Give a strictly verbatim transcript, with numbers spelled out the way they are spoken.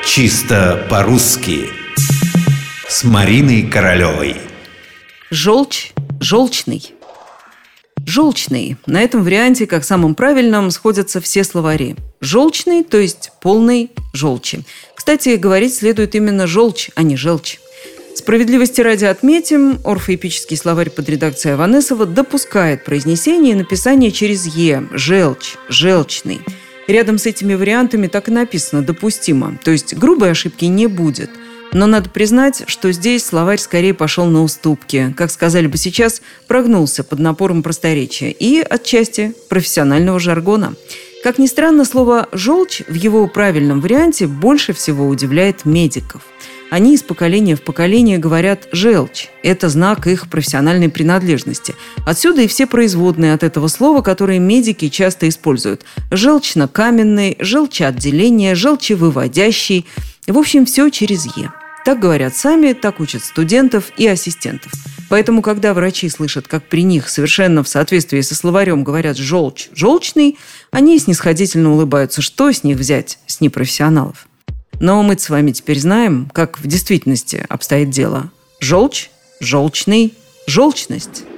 Чисто по-русски с Мариной Королевой. Желчь, желчный. Желчный. На этом варианте, как самым правильным, сходятся все словари. Желчный, то есть полный желчи. Кстати, говорить следует именно желчь, а не желчь. Справедливости ради отметим, орфоэпический словарь под редакцией Аванесова допускает произнесение и написание через «е» – желчь, желчный. Рядом с этими вариантами так и написано «допустимо», то есть грубой ошибки не будет. Но надо признать, что здесь словарь скорее пошел на уступки, как сказали бы сейчас, прогнулся под напором просторечия и, отчасти, профессионального жаргона. Как ни странно, слово «желчь» в его правильном варианте больше всего удивляет медиков. Они из поколения в поколение говорят «желчь». Это знак их профессиональной принадлежности. Отсюда и все производные от этого слова, которые медики часто используют. Желчно-каменный, желчеотделение, желчевыводящий. В общем, все через «е». Так говорят сами, так учат студентов и ассистентов. Поэтому, когда врачи слышат, как при них совершенно в соответствии со словарем говорят «желчь», «желчный», они снисходительно улыбаются. Что с них взять, с непрофессионалов? Но мы с вами теперь знаем, как в действительности обстоит дело. Желчь, желчный, желчность.